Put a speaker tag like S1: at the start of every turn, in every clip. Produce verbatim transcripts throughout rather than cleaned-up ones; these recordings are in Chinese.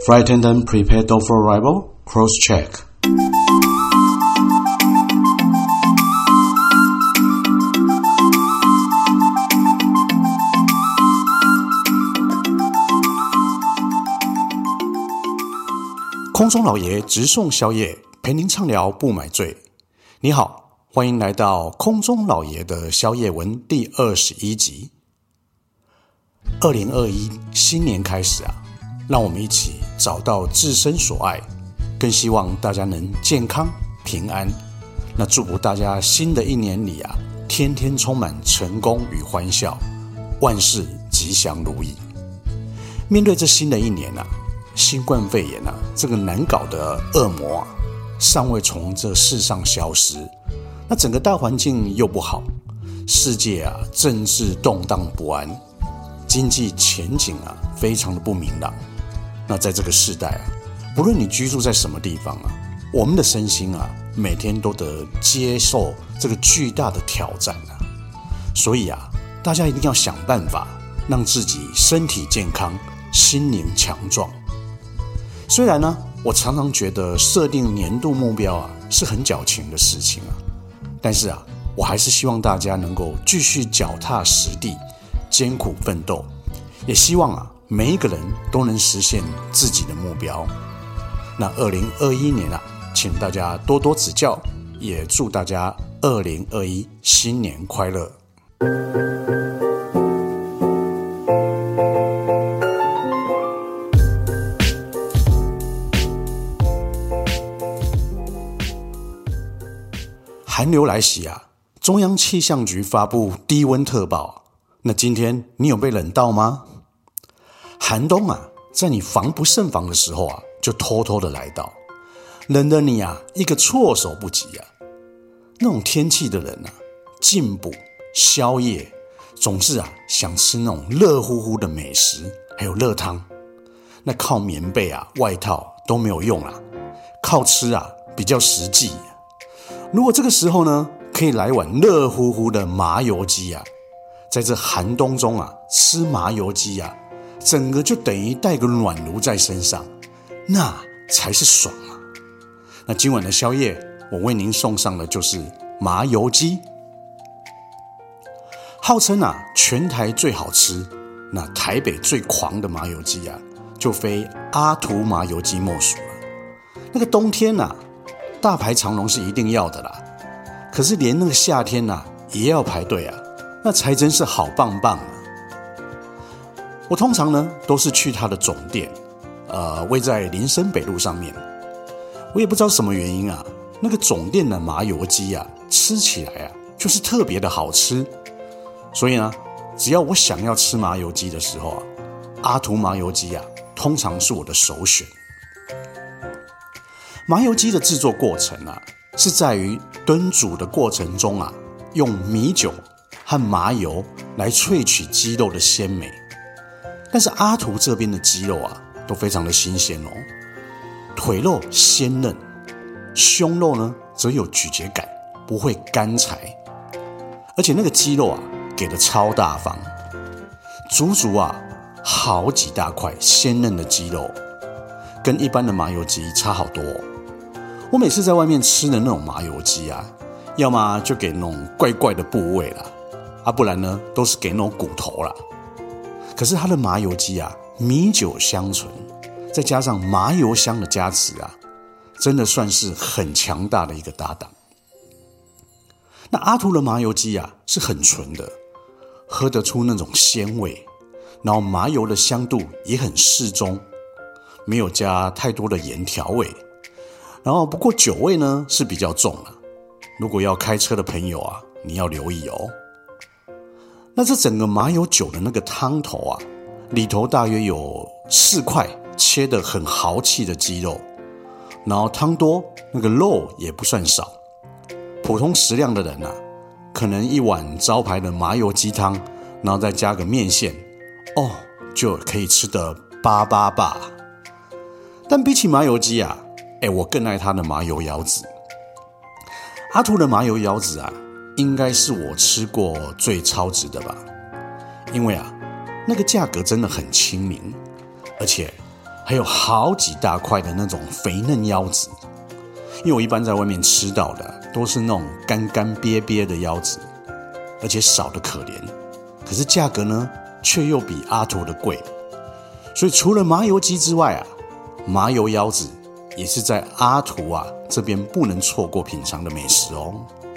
S1: Flight attendant, prepare door for arrival. Cross check. 空中老爷直送宵夜，陪您畅聊不买醉。你好，欢迎来到空中老爷的宵夜文第二十一集。二零二一新年开始啊，让我们一起找到自身所爱，更希望大家能健康平安。那祝福大家新的一年里啊，天天充满成功与欢笑，万事吉祥如意。面对这新的一年啊，新冠肺炎啊，这个难搞的恶魔啊，尚未从这世上消失。那整个大环境又不好，世界啊，政治动荡不安，经济前景啊，非常的不明朗。那在这个世代啊，不论你居住在什么地方啊，我们的身心啊，每天都得接受这个巨大的挑战啊。所以啊，大家一定要想办法，让自己身体健康，心灵强壮。虽然呢，我常常觉得设定年度目标啊是很矫情的事情啊，但是啊，我还是希望大家能够继续脚踏实地，艰苦奋斗，也希望啊每一个人都能实现自己的目标。那二零二一年啊，请大家多多指教，也祝大家二零二一新年快乐。寒流来袭啊，中央气象局发布低温特报。那今天你有被冷到吗？寒冬啊，在你防不胜防的时候啊，就偷偷的来到，冷得你啊一个措手不及啊。那种天气的人啊，进补宵夜，总是啊想吃那种热乎乎的美食，还有热汤。那靠棉被啊、外套都没有用啊，靠吃啊比较实际。如果这个时候呢，可以来碗热乎乎的麻油鸡啊，在这寒冬中啊，吃麻油鸡啊，整个就等于带个暖炉在身上，那才是爽啊！那今晚的宵夜，我为您送上的就是麻油鸡，号称啊全台最好吃，那台北最狂的麻油鸡啊，就非阿图麻油鸡莫属了。那个冬天啊，大排长龙是一定要的啦，可是连那个夏天啊也要排队啊，那才真是好棒棒啊！我通常呢都是去它的总店，呃，位在林森北路上面。我也不知道什么原因啊，那个总店的麻油鸡啊，吃起来啊就是特别的好吃。所以呢，只要我想要吃麻油鸡的时候啊，阿图麻油鸡啊，通常是我的首选。麻油鸡的制作过程啊，是在于炖煮的过程中啊，用米酒和麻油来萃取鸡肉的鲜美。但是阿图这边的鸡肉啊，都非常的新鲜哦，腿肉鲜嫩，胸肉呢则有咀嚼感，不会干柴，而且那个鸡肉啊给的超大方，足足啊好几大块鲜嫩的鸡肉，跟一般的麻油鸡差好多哦。我每次在外面吃的那种麻油鸡啊，要么就给那种怪怪的部位啦，啊，不然呢都是给那种骨头啦。可是它的麻油鸡啊，米酒香醇，再加上麻油香的加持啊，真的算是很强大的一个搭档。那阿图的麻油鸡啊，是很纯的，喝得出那种鲜味，然后麻油的香度也很适中，没有加太多的盐调味。然后不过酒味呢是比较重了，如果要开车的朋友啊，你要留意哦。那这整个麻油酒的那个汤头啊，里头大约有四块切得很豪气的鸡肉，然后汤多，那个肉也不算少。普通食量的人啊，可能一碗招牌的麻油鸡汤，然后再加个面线，哦，就可以吃得巴巴巴。但比起麻油鸡啊，哎，我更爱它的麻油腰子。阿图的麻油腰子啊，应该是我吃过最超值的吧，因为啊，那个价格真的很亲民，而且还有好几大块的那种肥嫩腰子。因为我一般在外面吃到的都是那种干干瘪瘪的腰子，而且少得可怜，可是价格呢却又比阿图的贵。所以除了麻油鸡之外啊，麻油腰子也是在阿图啊这边不能错过品尝的美食哦。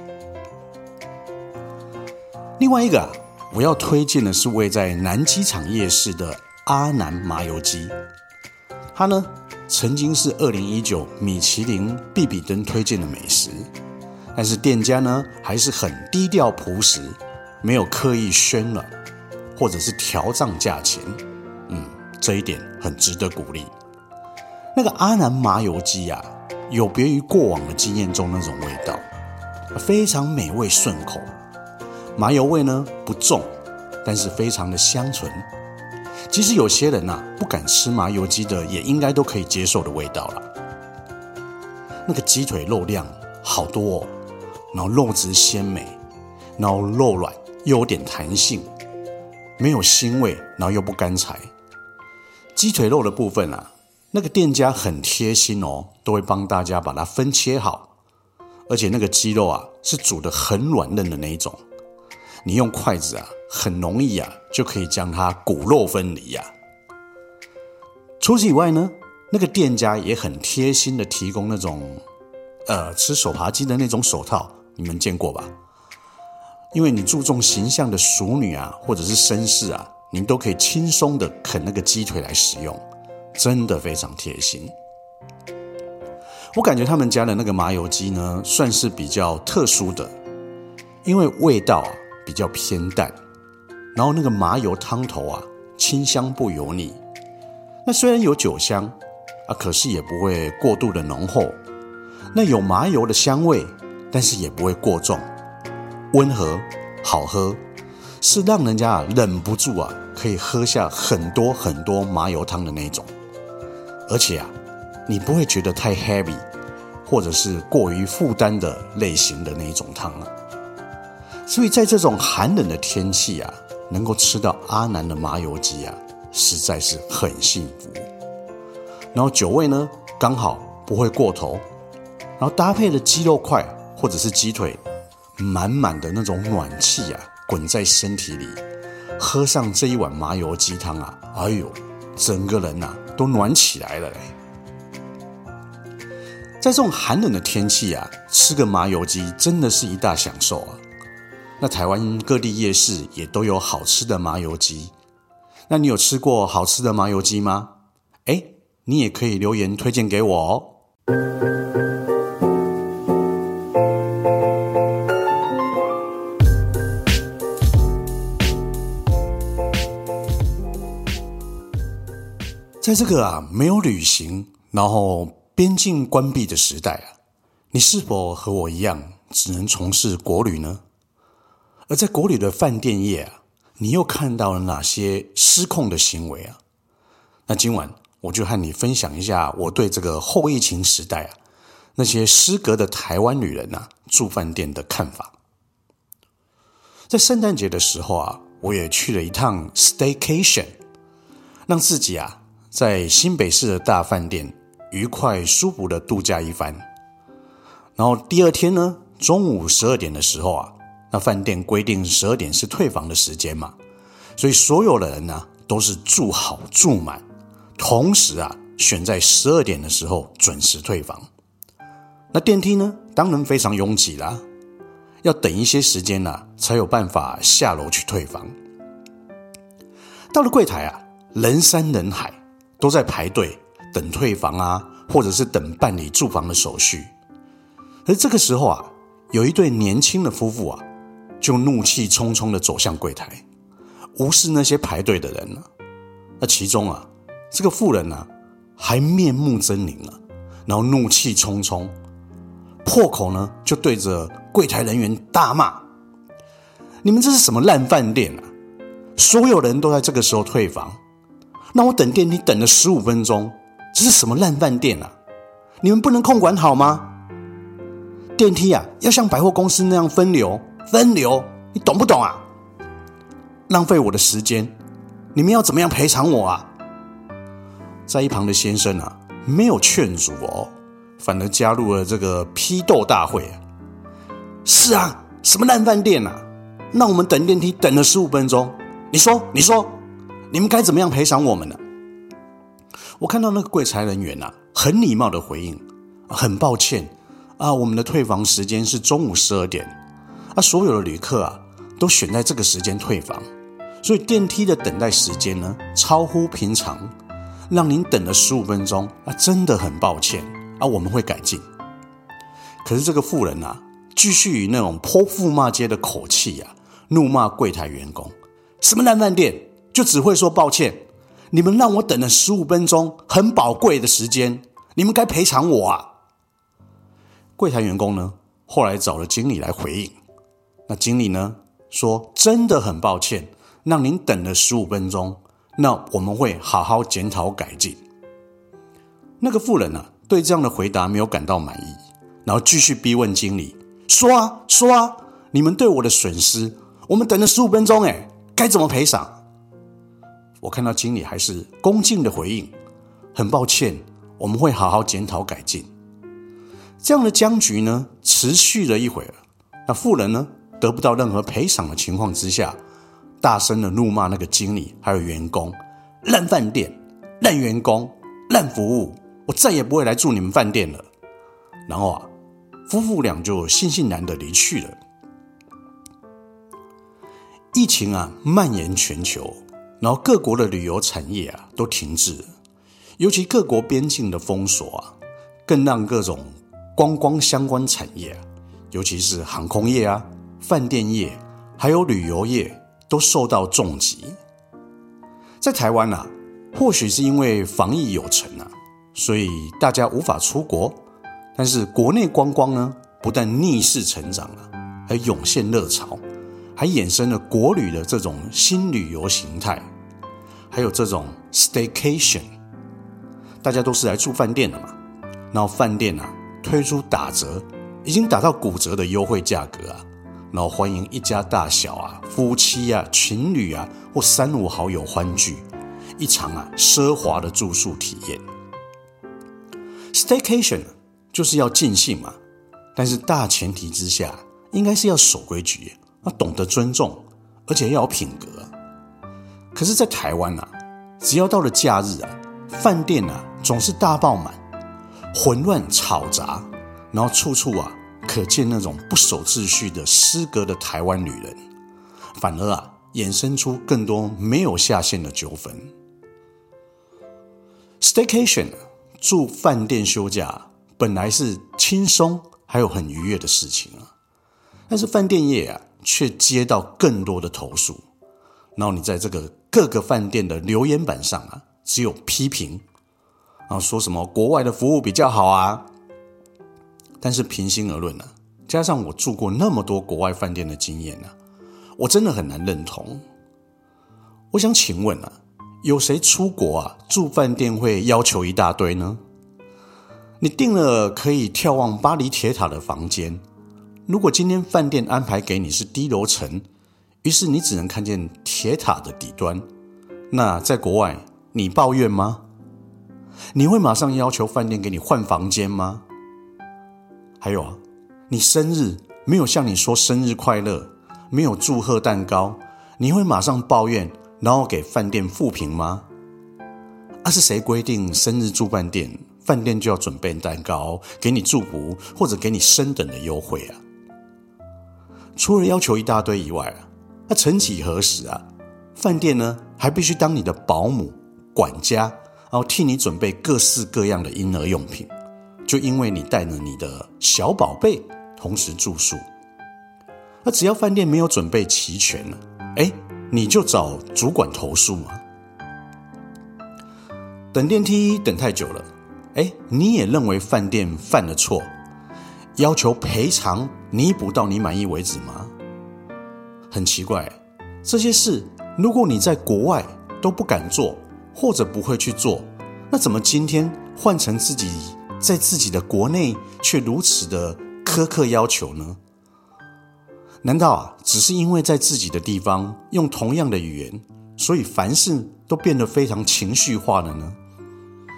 S1: 另外一个啊，我要推荐的是位在南机场夜市的阿南麻油鸡，它呢曾经是二零一九米其林必比登推荐的美食，但是店家呢还是很低调朴实，没有刻意渲染或者是调涨价钱，嗯，这一点很值得鼓励。那个阿南麻油鸡啊，有别于过往的经验中那种味道，非常美味顺口，麻油味呢不重，但是非常的香醇。即使有些人啊不敢吃麻油鸡的，也应该都可以接受的味道了。那个鸡腿肉量好多哦，然后肉质鲜美，然后肉软又有点弹性，没有腥味，然后又不干柴。鸡腿肉的部分啊，那个店家很贴心哦，都会帮大家把它分切好，而且那个鸡肉啊是煮得很软嫩的那一种，你用筷子啊很容易啊就可以将它骨肉分离啊。除此以外呢，那个店家也很贴心的提供那种呃吃手扒鸡的那种手套，你们见过吧？因为你注重形象的淑女啊或者是绅士啊，您都可以轻松的啃那个鸡腿来使用，真的非常贴心。我感觉他们家的那个麻油鸡呢算是比较特殊的，因为味道啊比较偏淡，然后那个麻油汤头啊清香不油腻，那虽然有酒香啊，可是也不会过度的浓厚，那有麻油的香味，但是也不会过重，温和好喝，是让人家啊忍不住啊可以喝下很多很多麻油汤的那种。而且啊你不会觉得太 heavy 或者是过于负担的类型的那一种汤啊。所以在这种寒冷的天气啊，能够吃到阿南的麻油鸡啊，实在是很幸福。然后酒味呢刚好不会过头，然后搭配的鸡肉块或者是鸡腿，满满的那种暖气啊滚在身体里，喝上这一碗麻油鸡汤啊，哎呦，整个人啊都暖起来了嘞。在这种寒冷的天气啊，吃个麻油鸡真的是一大享受啊。那台湾各地夜市也都有好吃的麻油鸡，那你有吃过好吃的麻油鸡吗？诶，你也可以留言推荐给我哦。在这个啊没有旅行，然后边境关闭的时代啊，你是否和我一样只能从事国旅呢？而在国旅的饭店业啊，你又看到了哪些失控的行为啊？那今晚我就和你分享一下我对这个后疫情时代啊，那些失格的台湾旅人啊住饭店的看法。在圣诞节的时候啊，我也去了一趟 staycation， 让自己啊在新北市的大饭店愉快舒服的度假一番。然后第二天呢，中午十二点的时候啊，那饭店规定十二点是退房的时间嘛，所以所有的人呢都是住好住满，同时啊选在十二点的时候准时退房。那电梯呢当然非常拥挤啦，要等一些时间啊才有办法下楼去退房。到了柜台啊，人山人海，都在排队等退房啊，或者是等办理住房的手续。而这个时候啊，有一对年轻的夫妇啊就怒气冲冲地走向柜台，无视那些排队的人啊。那其中啊，这个妇人啊还面目狰狞啊，然后怒气冲冲，破口呢就对着柜台人员大骂：你们这是什么烂饭店啊！所有人都在这个时候退房，那我等电梯等了十五分钟，这是什么烂饭店啊！你们不能控管好吗？电梯啊要像百货公司那样分流分流，你懂不懂啊？浪费我的时间，你们要怎么样赔偿我啊？ 在一旁的先生啊，没有劝阻哦，反而加入了这个批斗大会啊。是啊，什么烂饭店啊？那我们等电梯等了十五分钟，你说，你说，你们该怎么样赔偿我们呢？我看到那个柜台人员啊，很礼貌的回应，很抱歉啊，我们的退房时间是中午十二点，啊，所有的旅客啊都选在这个时间退房，所以电梯的等待时间呢超乎平常，让您等了十五分钟啊，真的很抱歉啊，我们会改进。可是这个妇人啊，继续以那种泼妇骂街的口气啊，怒骂柜台员工：什么烂饭店，就只会说抱歉？你们让我等了十五分钟，很宝贵的时间，你们该赔偿我啊！柜台员工呢，后来找了经理来回应。那经理呢说：真的很抱歉，让您等了十五分钟，那我们会好好检讨改进。那个妇人啊，对这样的回答没有感到满意，然后继续逼问经理：说啊，说啊，你们对我的损失，我们等了十五分钟，哎，该怎么赔偿？我看到经理还是恭敬的回应：很抱歉，我们会好好检讨改进。这样的僵局呢，持续了一会儿。那妇人呢，得不到任何赔偿的情况之下，大声的怒骂那个经理还有员工：烂饭店、烂员工、烂服务，我再也不会来住你们饭店了。然后啊，夫妇俩就悻悻然的离去了。疫情啊蔓延全球，然后各国的旅游产业啊都停滞了，尤其各国边境的封锁啊，更让各种观光相关产业啊，尤其是航空业啊、饭店业还有旅游业都受到重击。在台湾啊，或许是因为防疫有成啊，所以大家无法出国，但是国内观光呢，不但逆势成长啊，还涌现热潮，还衍生了国旅的这种新旅游形态，还有这种 staycation， 大家都是来住饭店的嘛，然后饭店啊推出打折，已经打到骨折的优惠价格啊，然后欢迎一家大小啊、夫妻啊、情侣啊或三五好友欢聚，一场啊奢华的住宿体验。Staycation 就是要尽兴嘛，但是大前提之下，应该是要守规矩，要懂得尊重，而且要有品格。可是在台湾啊，只要到了假日啊，饭店啊总是大爆满，混乱吵杂，然后处处啊可见那种不守秩序的失格的台湾旅人，反而啊衍生出更多没有下限的纠纷。Staycation 住饭店休假本来是轻松还有很愉悦的事情啊，但是饭店业啊却接到更多的投诉，然后你在这个各个饭店的留言板上啊，只有批评，然后说什么国外的服务比较好啊。但是平心而论啊，加上我住过那么多国外饭店的经验啊，我真的很难认同。我想请问啊，有谁出国啊住饭店会要求一大堆呢？你订了可以眺望巴黎铁塔的房间，如果今天饭店安排给你是低楼层，于是你只能看见铁塔的底端，那在国外你抱怨吗？你会马上要求饭店给你换房间吗？还有啊，你生日没有向你说生日快乐，没有祝贺蛋糕，你会马上抱怨，然后给饭店负评吗？啊，是谁规定生日住饭店，饭店就要准备蛋糕，给你祝福，或者给你升等的优惠啊？除了要求一大堆以外啊，那曾几何时啊，饭店呢还必须当你的保姆、管家，然后替你准备各式各样的婴儿用品，就因为你带着你的小宝贝同时住宿。那只要饭店没有准备齐全了，哎，你就找主管投诉嘛。等电梯等太久了，哎，你也认为饭店犯了错，要求赔偿弥补到你满意为止吗？很奇怪，这些事如果你在国外都不敢做，或者不会去做，那怎么今天换成自己在自己的国内却如此的苛刻要求呢？难道啊，只是因为在自己的地方用同样的语言，所以凡事都变得非常情绪化了呢？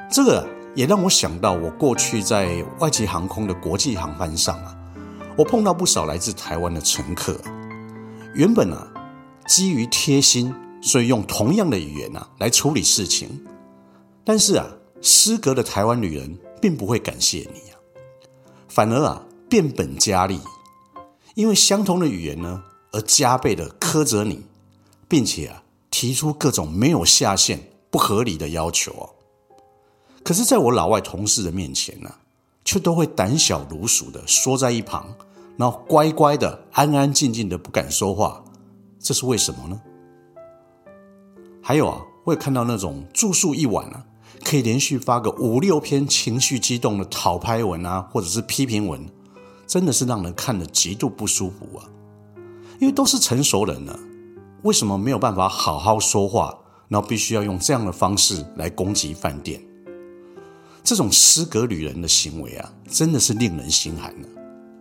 S1: 这个也让我想到我过去在外籍航空的国际航班上啊，我碰到不少来自台湾的乘客。原本啊，基于贴心，所以用同样的语言啊来处理事情。但是啊，失格的台湾旅人并不会感谢你啊，反而啊变本加厉，因为相同的语言呢，而加倍的苛责你，并且啊提出各种没有下限、不合理的要求哦。可是，在我老外同事的面前呢、啊，却都会胆小如鼠的缩在一旁，然后乖乖的、安安静静的不敢说话。这是为什么呢？还有啊，我也看到那种住宿一晚啊，可以连续发个五六篇情绪激动的讨拍文啊，或者是批评文，真的是让人看得极度不舒服啊。因为都是成熟人了，为什么没有办法好好说话，然后必须要用这样的方式来攻击饭店？这种失格旅人的行为啊，真的是令人心寒了。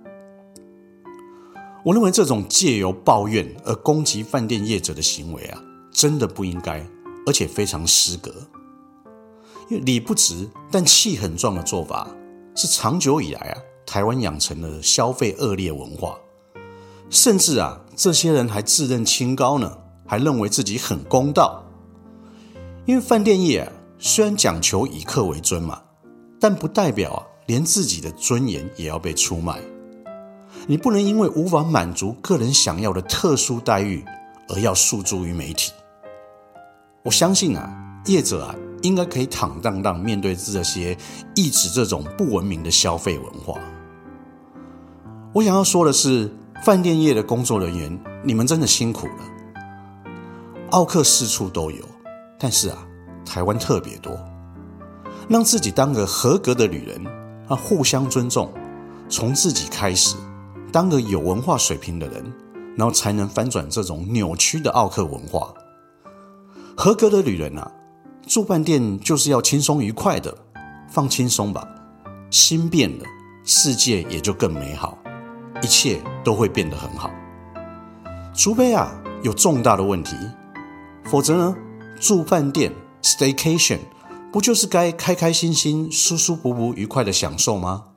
S1: 我认为这种借由抱怨而攻击饭店业者的行为啊，真的不应该，而且非常失格。因为理不直但气很壮的做法，是长久以来啊，台湾养成了消费恶劣文化。甚至啊，这些人还自认清高呢，还认为自己很公道。因为饭店业啊，虽然讲求以客为尊嘛，但不代表啊，连自己的尊严也要被出卖。你不能因为无法满足个人想要的特殊待遇，而要诉诸于媒体。我相信啊，业者啊，应该可以坦荡荡面对这些抑制这种不文明的消费文化。我想要说的是，饭店业的工作人员，你们真的辛苦了。奥客四处都有，但是啊，台湾特别多。让自己当个合格的旅人，啊，互相尊重，从自己开始，当个有文化水平的人，然后才能翻转这种扭曲的奥客文化。合格的旅人啊，住饭店就是要轻松愉快的，放轻松吧，心变了，世界也就更美好，一切都会变得很好。除非啊有重大的问题，否则呢，住饭店 staycation 不就是该开开心心、舒舒服服、愉快的享受吗？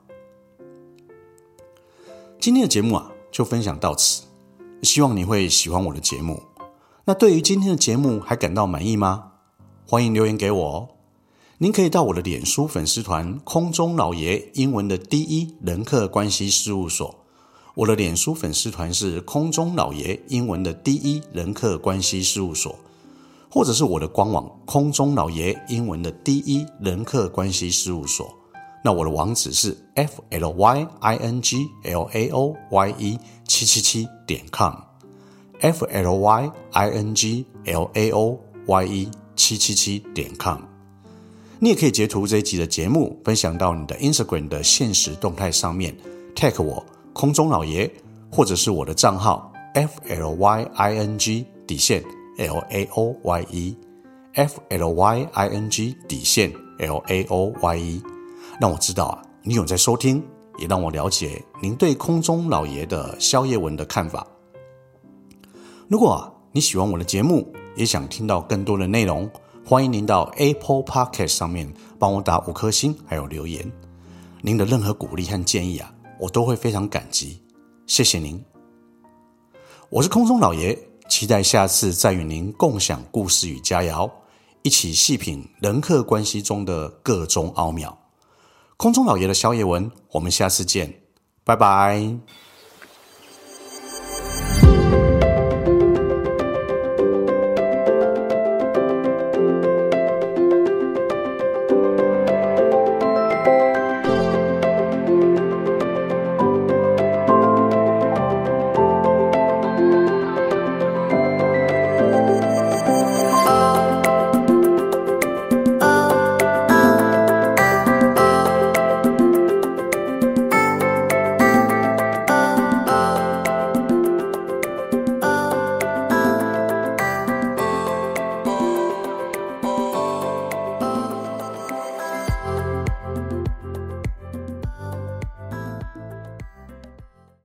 S1: 今天的节目啊，就分享到此，希望你会喜欢我的节目。那对于今天的节目还感到满意吗？欢迎留言给我哦。您可以到我的脸书粉丝团空中老爷英文的第一人客关系事务所，我的脸书粉丝团是空中老爷英文的第一人客关系事务所，或者是我的官网空中老爷英文的第一人客关系事务所。那我的网址是 f l y i n g l a o y e 七七七 点 com f l y i n g l a o y e 七七七 点 com。 你也可以截图这一集的节目，分享到你的 Instagram 的限时动态上面 tag 我空中老爷，或者是我的账号 f l y i n g 底线 l a o y e f l y i n g 底线 l a o y e， 让我知道啊，你有在收听，也让我了解您对空中老爷的宵夜文的看法。如果啊你喜欢我的节目，也想听到更多的内容，欢迎您到 Apple Podcast 上面帮我打五颗星，还有留言。您的任何鼓励和建议啊，我都会非常感激，谢谢您。我是空中老爷，期待下次再与您共享故事与佳肴，一起细品人客关系中的各种奥妙。空中老爷的宵夜文，我们下次见，拜拜。